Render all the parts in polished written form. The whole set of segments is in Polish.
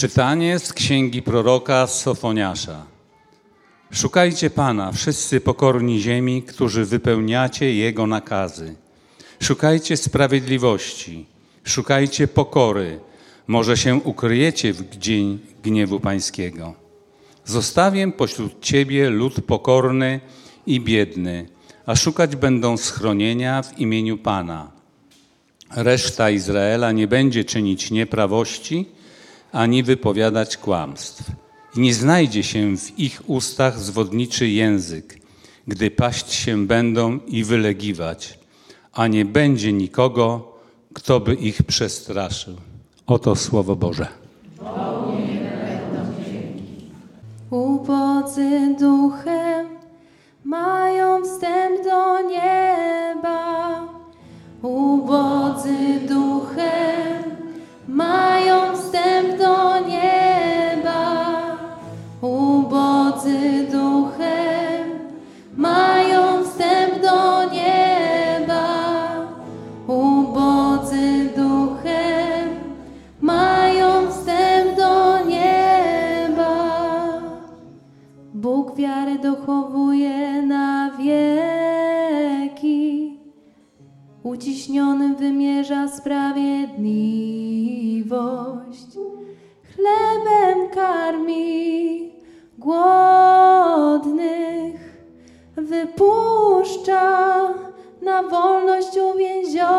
Czytanie z księgi proroka Sofoniasza. Szukajcie Pana, wszyscy pokorni ziemi, którzy wypełniacie Jego nakazy. Szukajcie sprawiedliwości, szukajcie pokory, może się ukryjecie w dzień gniewu Pańskiego. Zostawię pośród Ciebie lud pokorny i biedny, a szukać będą schronienia w imieniu Pana. Reszta Izraela nie będzie czynić nieprawości, ani wypowiadać kłamstw. I nie znajdzie się w ich ustach zwodniczy język, gdy paść się będą i wylegiwać, a nie będzie nikogo, kto by ich przestraszył. Oto Słowo Boże. Ubodzy duchem mają wstęp do nieba. Ubodzy duchem mają wstęp do nieba. Ubodzy duchem mają wstęp do nieba. Ubodzy duchem mają wstęp do nieba. Bóg wiary dochowuje na wieki, uciśnionym wymierza sprawiedliwość. Chlebem karmi głodnych, wypuszcza na wolność uwięzionych.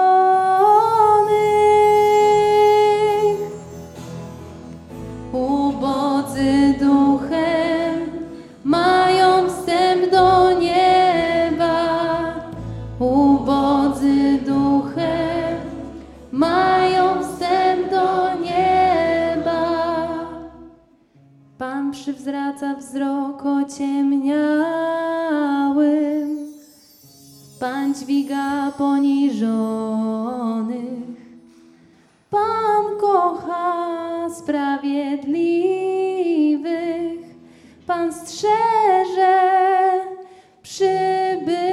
Ubodzy duchem mają wstęp do nieba. Ubodzy duchem mają wstęp do nieba. Pan przywraca wzrok ociemniałym. Pan dźwiga poniżonych. Pan kocha sprawiedliwych. Pan strzeże przybyszów.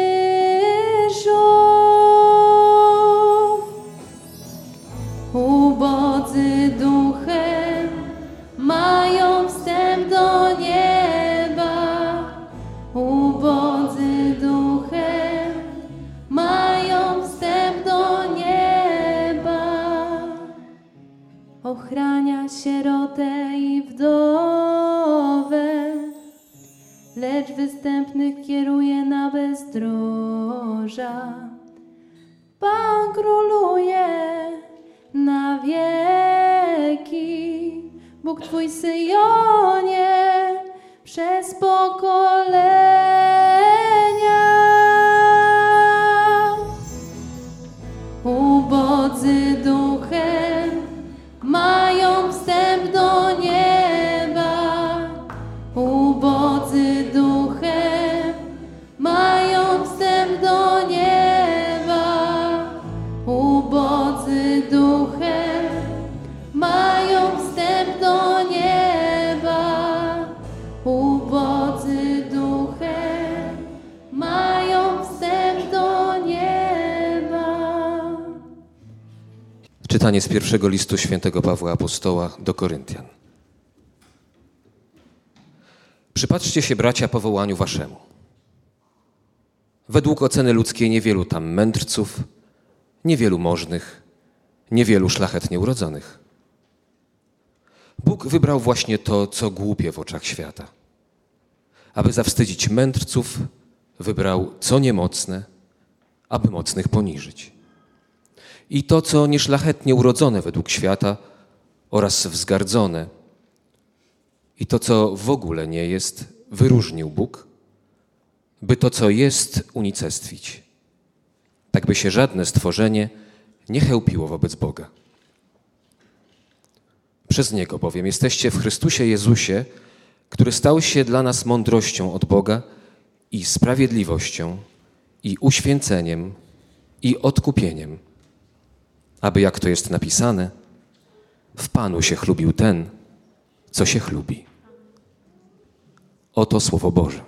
Ubodzy duchem mają wstęp do nieba. Ubodzy duchem mają wstęp do nieba. Ochrania sierotę i wdowę, lecz występnych kieruje na bezdroża. Pan króluje na wieki, Bóg Twój Syjonie przez pokolenia. Ubodzy duchem mają wstęp do nieba. Ubodzy duchem mają wstęp do nieba. Ubodzy duchem mają wstęp do nieba. Ubodzy duchem mają wstęp do nieba. Czytanie z pierwszego listu świętego Pawła Apostoła do Koryntian. Przypatrzcie się, bracia, powołaniu waszemu. Według oceny ludzkiej niewielu tam mędrców, niewielu możnych, niewielu szlachetnie urodzonych. Bóg wybrał właśnie to, co głupie w oczach świata. Aby zawstydzić mędrców, wybrał co niemocne, aby mocnych poniżyć. I to, co nieszlachetnie urodzone według świata oraz wzgardzone, i to, co w ogóle nie jest, wyróżnił Bóg, by to, co jest, unicestwić. Tak by się żadne stworzenie nie chełpiło wobec Boga. Przez Niego bowiem jesteście w Chrystusie Jezusie, który stał się dla nas mądrością od Boga i sprawiedliwością, i uświęceniem, i odkupieniem, aby, jak to jest napisane, w Panu się chlubił ten, co się chlubi. Oto Słowo Boże.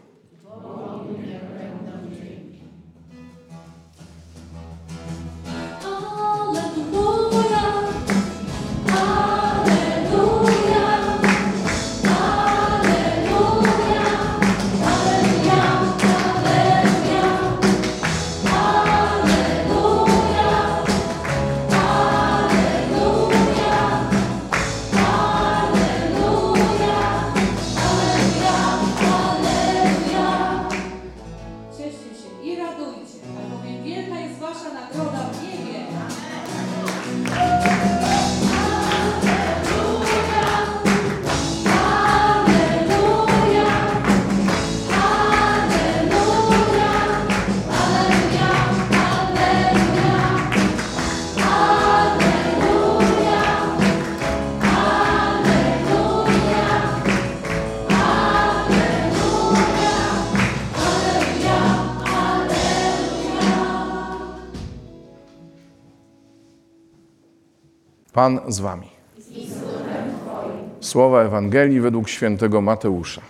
Alleluja, alleluja. Pan z wami. Słowa Ewangelii według świętego Mateusza.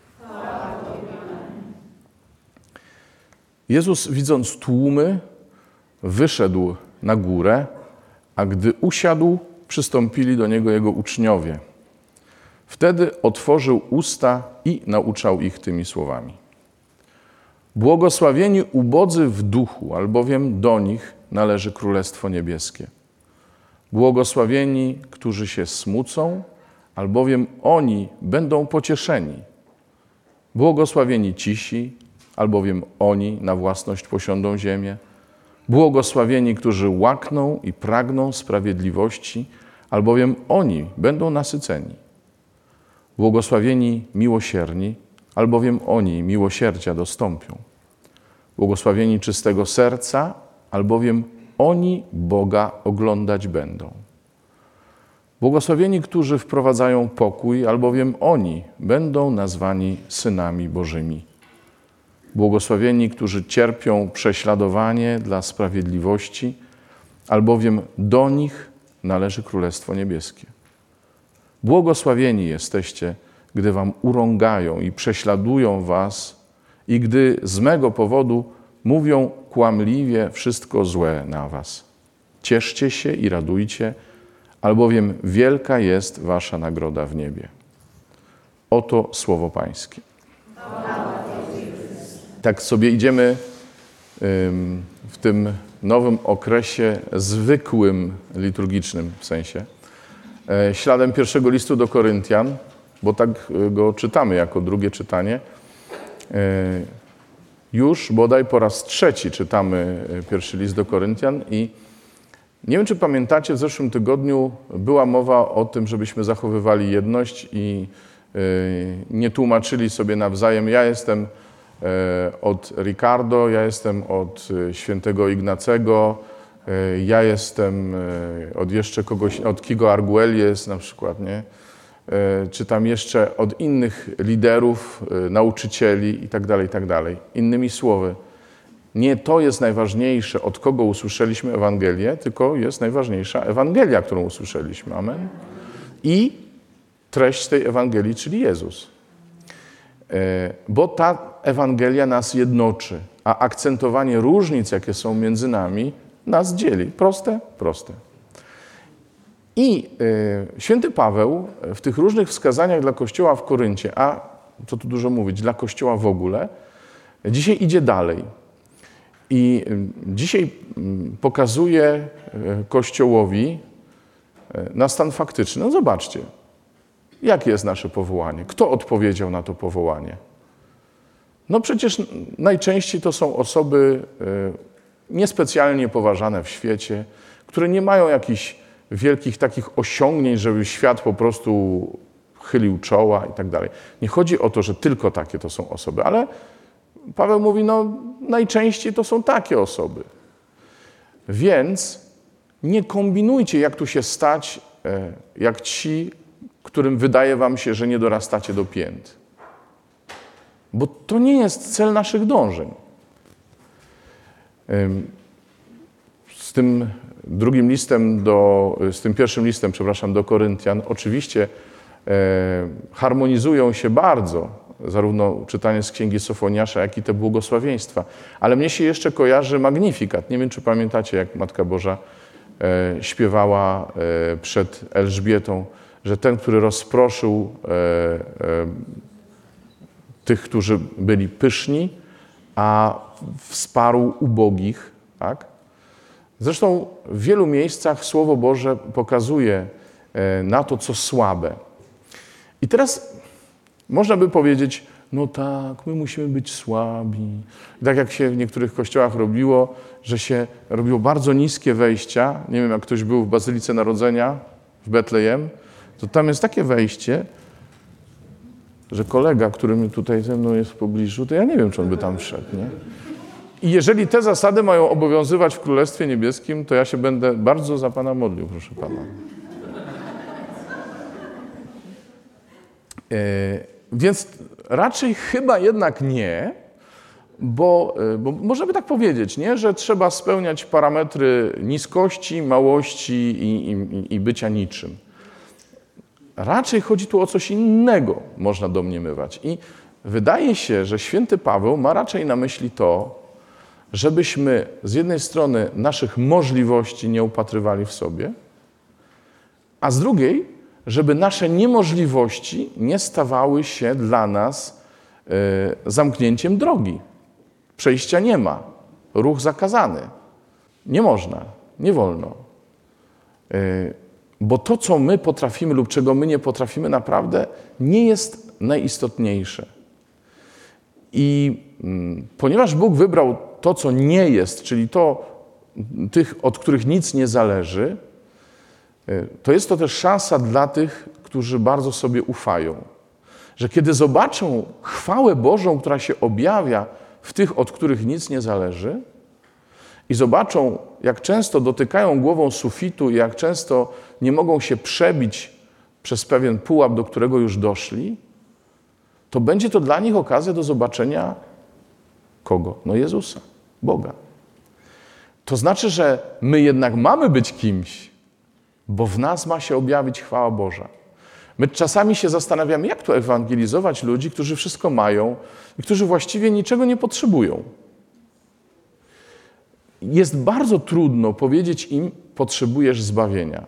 Jezus, widząc tłumy, wyszedł na górę, a gdy usiadł, przystąpili do Niego Jego uczniowie. Wtedy otworzył usta i nauczał ich tymi słowami. Błogosławieni ubodzy w duchu, albowiem do nich należy Królestwo Niebieskie. Błogosławieni, którzy się smucą, albowiem oni będą pocieszeni. Błogosławieni cisi, albowiem oni na własność posiądą ziemię. Błogosławieni, którzy łakną i pragną sprawiedliwości, albowiem oni będą nasyceni. Błogosławieni miłosierni, albowiem oni miłosierdzia dostąpią. Błogosławieni czystego serca, albowiem oni Boga oglądać będą. Błogosławieni, którzy wprowadzają pokój, albowiem oni będą nazwani synami Bożymi. Błogosławieni, którzy cierpią prześladowanie dla sprawiedliwości, albowiem do nich należy Królestwo Niebieskie. Błogosławieni jesteście, gdy wam urągają i prześladują was i gdy z mego powodu mówią kłamliwie wszystko złe na was. Cieszcie się i radujcie, albowiem wielka jest wasza nagroda w niebie. Oto słowo Pańskie. Tak sobie idziemy w tym nowym okresie zwykłym, liturgicznym w sensie, śladem pierwszego listu do Koryntian, bo tak go czytamy jako drugie czytanie. Już bodaj po raz trzeci czytamy pierwszy list do Koryntian i nie wiem, czy pamiętacie, w zeszłym tygodniu była mowa o tym, żebyśmy zachowywali jedność i nie tłumaczyli sobie nawzajem. Ja jestem od Ricardo, ja jestem od świętego Ignacego, ja jestem od jeszcze kogoś, od Kigo Arguelles na przykład, nie? Czy tam jeszcze od innych liderów, nauczycieli i tak dalej, i tak dalej. Innymi słowy, nie to jest najważniejsze, od kogo usłyszeliśmy Ewangelię, tylko jest najważniejsza Ewangelia, którą usłyszeliśmy. Amen. I treść tej Ewangelii, czyli Jezus. Bo ta Ewangelia nas jednoczy, a akcentowanie różnic, jakie są między nami, nas dzieli. Proste? Proste. I święty Paweł w tych różnych wskazaniach dla Kościoła w Koryncie, a co tu dużo mówić, dla Kościoła w ogóle, dzisiaj idzie dalej. I dzisiaj pokazuje Kościołowi na stan faktyczny. No zobaczcie, jakie jest nasze powołanie? Kto odpowiedział na to powołanie? No przecież najczęściej to są osoby niespecjalnie poważane w świecie, które nie mają jakichś wielkich takich osiągnięć, żeby świat po prostu chylił czoła i tak dalej. Nie chodzi o to, że tylko takie to są osoby, ale Paweł mówi, no najczęściej to są takie osoby. Więc nie kombinujcie, jak tu się stać, jak ci, którym wydaje wam się, że nie dorastacie do pięt. Bo to nie jest cel naszych dążeń. Z tym pierwszym listem, do Koryntian, oczywiście harmonizują się bardzo, zarówno czytanie z Księgi Sofoniasza, jak i te błogosławieństwa. Ale mnie się jeszcze kojarzy Magnifikat. Nie wiem, czy pamiętacie, jak Matka Boża śpiewała przed Elżbietą, że ten, który rozproszył tych, którzy byli pyszni, a wsparł ubogich, tak? Zresztą w wielu miejscach Słowo Boże pokazuje na to, co słabe. I teraz można by powiedzieć, no tak, my musimy być słabi. Tak jak się w niektórych kościołach robiło, że się robiło bardzo niskie wejścia. Nie wiem, jak ktoś był w Bazylice Narodzenia w Betlejem, to tam jest takie wejście, że kolega, który tutaj ze mną jest w pobliżu, to ja nie wiem, czy on by tam wszedł, nie? I jeżeli te zasady mają obowiązywać w Królestwie Niebieskim, to ja się będę bardzo za Pana modlił, proszę Pana. Więc raczej chyba jednak nie, bo możemy tak powiedzieć, nie? Że trzeba spełniać parametry niskości, małości i bycia niczym. Raczej chodzi tu o coś innego, można domniemywać. I wydaje się, że święty Paweł ma raczej na myśli to, żebyśmy z jednej strony naszych możliwości nie upatrywali w sobie, a z drugiej, żeby nasze niemożliwości nie stawały się dla nas zamknięciem drogi. Przejścia nie ma. Ruch zakazany. Nie można, nie wolno. Bo to, co my potrafimy lub czego my nie potrafimy, naprawdę nie jest najistotniejsze. I ponieważ Bóg wybrał to, co nie jest, czyli tych, od których nic nie zależy, to jest to też szansa dla tych, którzy bardzo sobie ufają. Że kiedy zobaczą chwałę Bożą, która się objawia w tych, od których nic nie zależy, i zobaczą, jak często dotykają głową sufitu i jak często nie mogą się przebić przez pewien pułap, do którego już doszli, to będzie to dla nich okazja do zobaczenia kogo? No Jezusa, Boga. To znaczy, że my jednak mamy być kimś, bo w nas ma się objawić chwała Boża. My czasami się zastanawiamy, jak to ewangelizować ludzi, którzy wszystko mają i którzy właściwie niczego nie potrzebują. Jest bardzo trudno powiedzieć im, potrzebujesz zbawienia.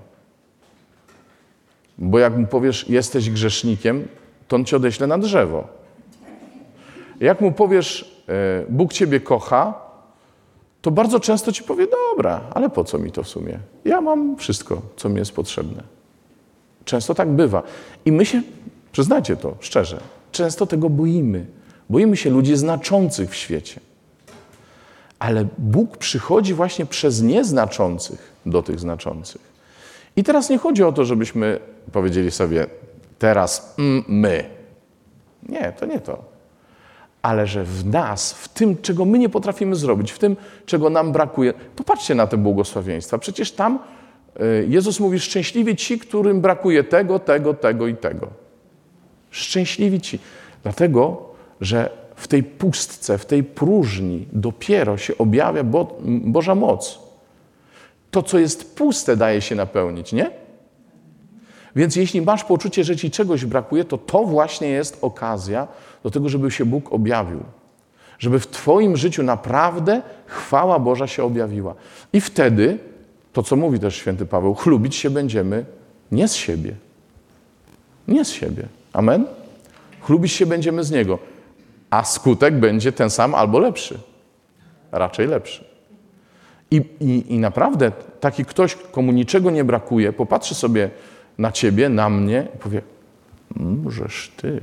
Bo jak mu powiesz, jesteś grzesznikiem, to on cię odeśle na drzewo. Jak mu powiesz, Bóg ciebie kocha, to bardzo często ci powie, dobra, ale po co mi to w sumie? Ja mam wszystko, co mi jest potrzebne. Często tak bywa. I my się, przyznajcie to szczerze, często tego boimy. Boimy się ludzi znaczących w świecie. Ale Bóg przychodzi właśnie przez nieznaczących do tych znaczących. I teraz nie chodzi o to, żebyśmy powiedzieli sobie teraz my. Nie, to nie to. Ale że w nas, w tym, czego my nie potrafimy zrobić, w tym, czego nam brakuje. Popatrzcie na te błogosławieństwa. Przecież tam Jezus mówi, szczęśliwi ci, którym brakuje tego, tego, tego i tego. Szczęśliwi ci. Dlatego, że w tej pustce, w tej próżni dopiero się objawia Boża moc. To, co jest puste, daje się napełnić, nie? Więc jeśli masz poczucie, że ci czegoś brakuje, to właśnie jest okazja do tego, żeby się Bóg objawił. Żeby w twoim życiu naprawdę chwała Boża się objawiła. I wtedy, to co mówi też święty Paweł, chlubić się będziemy nie z siebie. Nie z siebie. Amen? Chlubić się będziemy z Niego. A skutek będzie ten sam albo lepszy. Raczej lepszy. I naprawdę taki ktoś, komu niczego nie brakuje, popatrzy sobie na ciebie, na mnie i powie, żeż ty.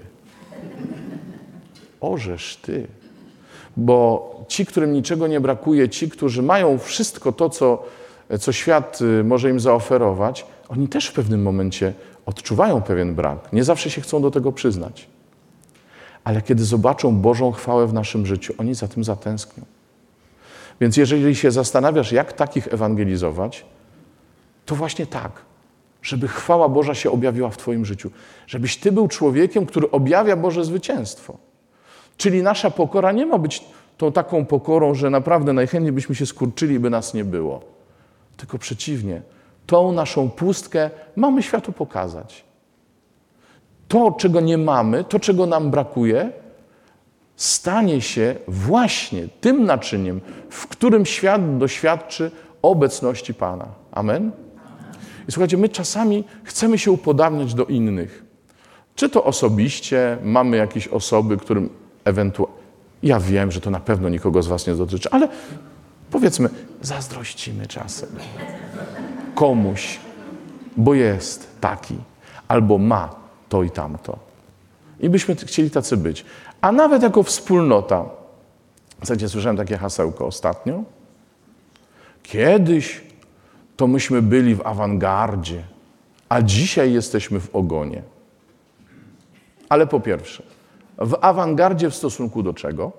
Ożeż ty. Bo ci, którym niczego nie brakuje, ci, którzy mają wszystko to, co świat może im zaoferować, oni też w pewnym momencie odczuwają pewien brak. Nie zawsze się chcą do tego przyznać. Ale kiedy zobaczą Bożą chwałę w naszym życiu, oni za tym zatęsknią. Więc jeżeli się zastanawiasz, jak takich ewangelizować, to właśnie tak, żeby chwała Boża się objawiła w twoim życiu. Żebyś ty był człowiekiem, który objawia Boże zwycięstwo. Czyli nasza pokora nie ma być tą taką pokorą, że naprawdę najchętniej byśmy się skurczyli, by nas nie było. Tylko przeciwnie, tą naszą pustkę mamy światu pokazać. To, czego nie mamy, to, czego nam brakuje, stanie się właśnie tym naczyniem, w którym świat doświadczy obecności Pana. Amen? I słuchajcie, my czasami chcemy się upodabniać do innych. Czy to osobiście, mamy jakieś osoby, którym ewentualnie... Ja wiem, że to na pewno nikogo z was nie dotyczy, ale powiedzmy, zazdrościmy czasem komuś, bo jest taki, albo ma to i tamto. I byśmy chcieli tacy być. A nawet jako wspólnota. Słuchajcie, słyszałem takie hasełko ostatnio. Kiedyś to myśmy byli w awangardzie, a dzisiaj jesteśmy w ogonie. Ale po pierwsze, w awangardzie w stosunku do czego?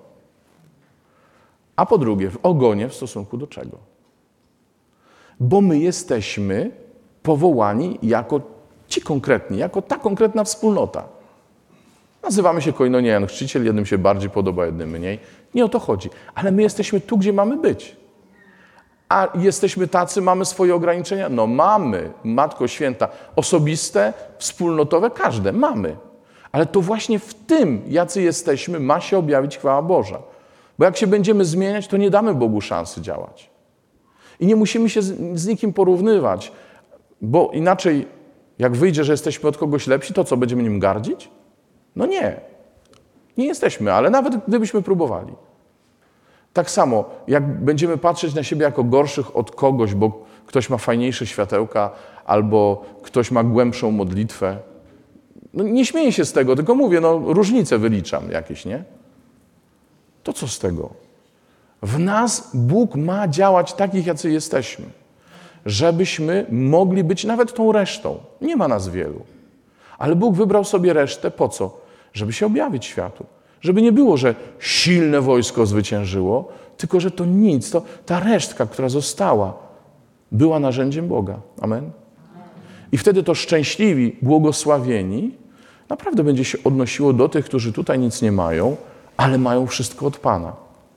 A po drugie, w ogonie w stosunku do czego? Bo my jesteśmy powołani jako ci konkretni, jako ta konkretna wspólnota. Nazywamy się Koinonia Jan Chrzciciel, jednym się bardziej podoba, jednym mniej. Nie o to chodzi. Ale my jesteśmy tu, gdzie mamy być. A jesteśmy tacy, mamy swoje ograniczenia? No mamy, Matko Święta, osobiste, wspólnotowe, każde, mamy. Ale to właśnie w tym, jacy jesteśmy, ma się objawić chwała Boża. Bo jak się będziemy zmieniać, to nie damy Bogu szansy działać. I nie musimy się z nikim porównywać, bo inaczej, jak wyjdzie, że jesteśmy od kogoś lepsi, to co, będziemy nim gardzić? No nie. Nie jesteśmy, ale nawet gdybyśmy próbowali. Tak samo, jak będziemy patrzeć na siebie jako gorszych od kogoś, bo ktoś ma fajniejsze światełka albo ktoś ma głębszą modlitwę. No nie śmieję się z tego, tylko mówię, no różnice wyliczam jakieś, nie? To co z tego? W nas Bóg ma działać takich, jacy jesteśmy. Żebyśmy mogli być nawet tą resztą. Nie ma nas wielu. Ale Bóg wybrał sobie resztę po co? Żeby się objawić światu. Żeby nie było, że silne wojsko zwyciężyło, tylko że to nic, to ta resztka, która została, była narzędziem Boga. Amen? I wtedy to szczęśliwi, błogosławieni naprawdę będzie się odnosiło do tych, którzy tutaj nic nie mają, ale mają wszystko od Pana.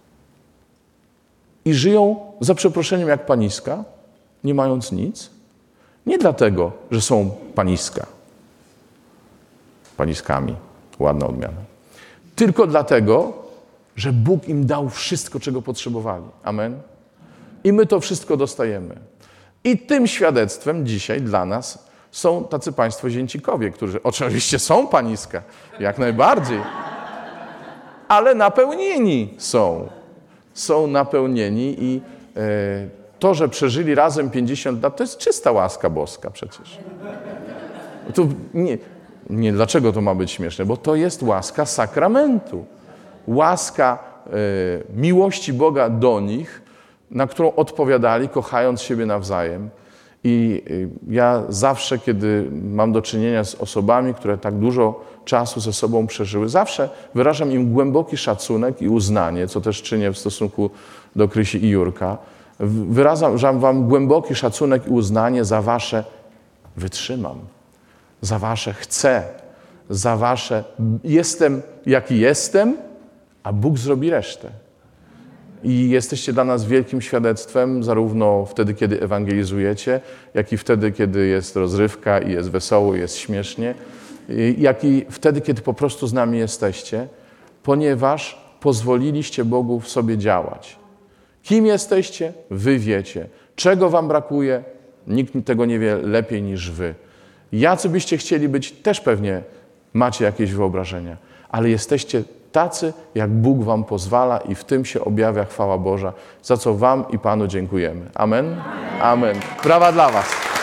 I żyją, za przeproszeniem, jak paniska, nie mając nic. Nie dlatego, że są paniska. Paniskami. Ładna odmiana. Tylko dlatego, że Bóg im dał wszystko, czego potrzebowali. Amen? I my to wszystko dostajemy. I tym świadectwem dzisiaj dla nas są tacy państwo zięcikowie, którzy oczywiście są paniska, jak najbardziej, ale napełnieni są. Są napełnieni i to, że przeżyli razem 50 lat, to jest czysta łaska boska przecież. Tu nie, dlaczego to ma być śmieszne? Bo to jest łaska sakramentu. Łaska miłości Boga do nich, na którą odpowiadali, kochając siebie nawzajem. I ja zawsze, kiedy mam do czynienia z osobami, które tak dużo czasu ze sobą przeżyły, zawsze wyrażam im głęboki szacunek i uznanie, co też czynię w stosunku do Krysi i Jurka. Wyrażam wam głęboki szacunek i uznanie za wasze wytrzymam, za wasze chcę, za wasze jestem jaki jestem, a Bóg zrobi resztę. I jesteście dla nas wielkim świadectwem, zarówno wtedy, kiedy ewangelizujecie, jak i wtedy, kiedy jest rozrywka i jest wesoło, jest śmiesznie, jak i wtedy, kiedy po prostu z nami jesteście, ponieważ pozwoliliście Bogu w sobie działać. Kim jesteście? Wy wiecie. Czego wam brakuje? Nikt tego nie wie lepiej niż wy. Jacy byście chcieli być? Też pewnie macie jakieś wyobrażenia, ale jesteście tacy, jak Bóg wam pozwala i w tym się objawia chwała Boża, za co wam i Panu dziękujemy. Amen? Amen. Brawa dla was.